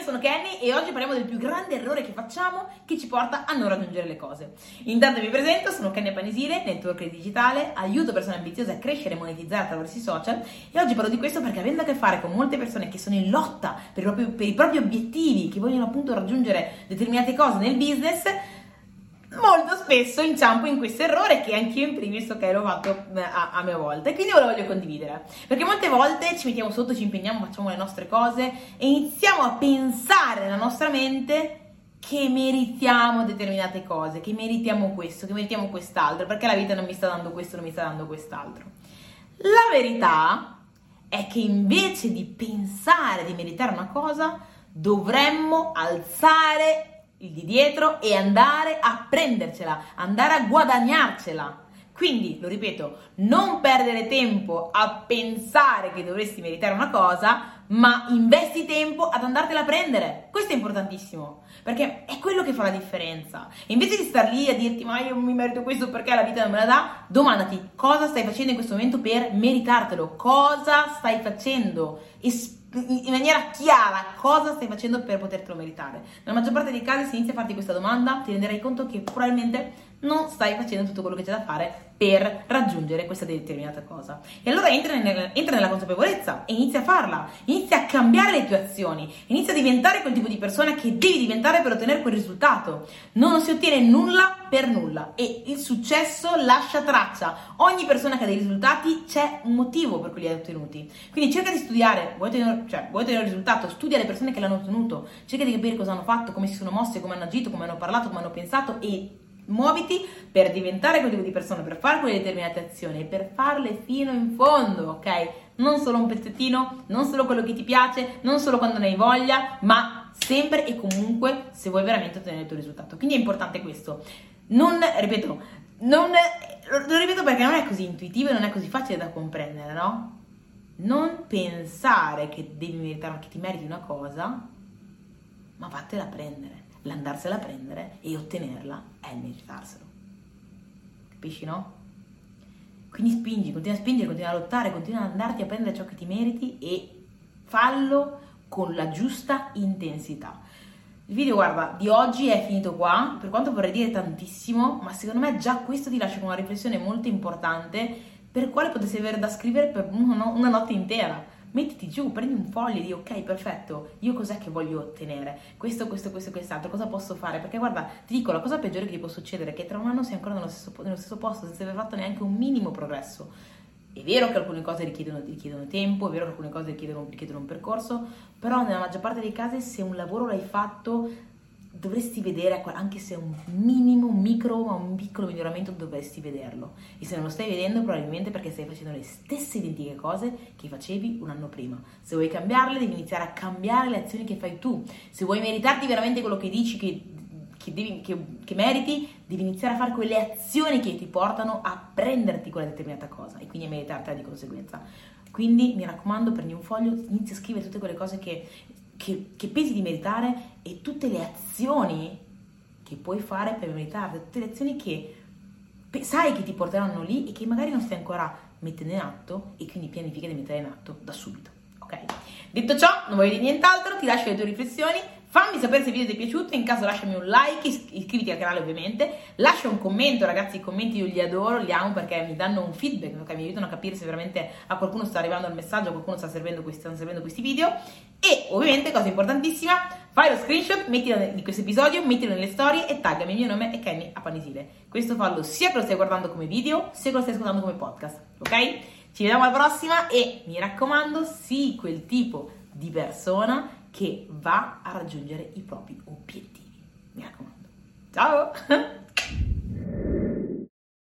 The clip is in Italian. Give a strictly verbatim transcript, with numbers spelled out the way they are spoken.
sono Kenny e oggi parliamo del più grande errore che facciamo che ci porta a non raggiungere le cose. Intanto vi presento, sono Kenny Apanisile, networker digitale, aiuto persone ambiziose a crescere e monetizzare attraverso i social e oggi parlo di questo perché avendo a che fare con molte persone che sono in lotta per i propri, per i propri obiettivi, che vogliono appunto raggiungere determinate cose nel business, molto spesso inciampo in questo errore che anch'io in primis ok l'ho fatto a, a mia volta e quindi ve lo voglio condividere perché molte volte ci mettiamo sotto, ci impegniamo, facciamo le nostre cose e iniziamo a pensare nella nostra mente che meritiamo determinate cose, che meritiamo questo, che meritiamo quest'altro, perché la vita non mi sta dando questo, non mi sta dando quest'altro. La verità è che invece di pensare di meritare una cosa dovremmo alzare il di dietro e andare a prendercela, andare a guadagnarcela. Quindi, lo ripeto, non perdere tempo a pensare che dovresti meritare una cosa, ma investi tempo ad andartela a prendere. Questo è importantissimo, perché è quello che fa la differenza. E invece di star lì a dirti ma io mi merito questo perché la vita non me la dà, domandati cosa stai facendo in questo momento per meritartelo, cosa stai facendo e in maniera chiara cosa stai facendo per potertelo meritare. Nella maggior parte dei casi, se inizi a farti questa domanda, ti renderai conto che probabilmente non stai facendo tutto quello che c'è da fare per raggiungere questa determinata cosa. E allora entra, nel, entra nella consapevolezza e inizia a farla, inizia a cambiare le tue azioni, inizia a diventare quel tipo di persona che devi diventare per ottenere quel risultato. Non si ottiene nulla per nulla e il successo lascia traccia. Ogni persona che ha dei risultati c'è un motivo per cui li ha ottenuti. Quindi cerca di studiare, vuoi ottenere, cioè, vuoi ottenere il risultato, studia le persone che l'hanno ottenuto, cerca di capire cosa hanno fatto, come si sono mosse, come hanno agito, come hanno parlato, come hanno pensato e muoviti per diventare quel tipo di persona, per fare quelle determinate azioni e per farle fino in fondo, ok? Non solo un pezzettino, non solo quello che ti piace, non solo quando ne hai voglia, ma sempre e comunque se vuoi veramente ottenere il tuo risultato. Quindi è importante questo. Non, ripeto, non, lo ripeto perché non è così intuitivo e non è così facile da comprendere, no? Non pensare che devi meritare, che ti meriti una cosa, ma vattela a prendere. L'andarsela a prendere e ottenerla è il meritarselo. Capisci, no? Quindi spingi, continua a spingere, continua a lottare, continua ad andarti a prendere ciò che ti meriti e fallo con la giusta intensità. Il video, guarda, di oggi è finito qua, per quanto vorrei dire tantissimo, ma secondo me già questo ti lascia con una riflessione molto importante per il quale potresti avere da scrivere per una, una notte intera. Mettiti giù, prendi un foglio e di ok, perfetto, io cos'è che voglio ottenere? Questo, questo, questo e quest'altro, cosa posso fare? Perché guarda, ti dico, la cosa peggiore che ti può succedere è che tra un anno sei ancora nello stesso, nello stesso posto, senza aver fatto neanche un minimo progresso. È vero che alcune cose richiedono, richiedono tempo, è vero che alcune cose richiedono, richiedono un percorso, però nella maggior parte dei casi se un lavoro l'hai fatto dovresti vedere, anche se è un minimo, un micro, ma un piccolo miglioramento dovresti vederlo. E se non lo stai vedendo probabilmente perché stai facendo le stesse identiche cose che facevi un anno prima. Se vuoi cambiarle devi iniziare a cambiare le azioni che fai tu. Se vuoi meritarti veramente quello che dici che, che, devi, che, che meriti, devi iniziare a fare quelle azioni che ti portano a prenderti quella determinata cosa e quindi a meritartela di conseguenza. Quindi mi raccomando, prendi un foglio, inizia a scrivere tutte quelle cose che Che, che pensi di meritare e tutte le azioni che puoi fare per meritarle, tutte le azioni che sai che ti porteranno lì e che magari non stai ancora mettendo in atto e quindi pianifica di mettere in atto da subito, ok? Detto ciò, non voglio dire nient'altro, ti lascio le tue riflessioni, fammi sapere se il video ti è piaciuto, in caso lasciami un like, iscriviti al canale ovviamente, lascia un commento, ragazzi, i commenti io li adoro, li amo perché mi danno un feedback, okay? Mi aiutano a capire se veramente a qualcuno sta arrivando il messaggio, a qualcuno sta servendo questi, stanno servendo questi video e ovviamente, cosa importantissima, fai lo screenshot, mettilo di questo episodio, mettilo nelle storie e taggami, il mio nome è Kenny Apanisile. Questo fallo sia che lo stai guardando come video, sia che lo stai ascoltando come podcast, ok? Ci vediamo alla prossima e mi raccomando, sii quel tipo di persona che va a raggiungere i propri obiettivi. Mi raccomando. Ciao!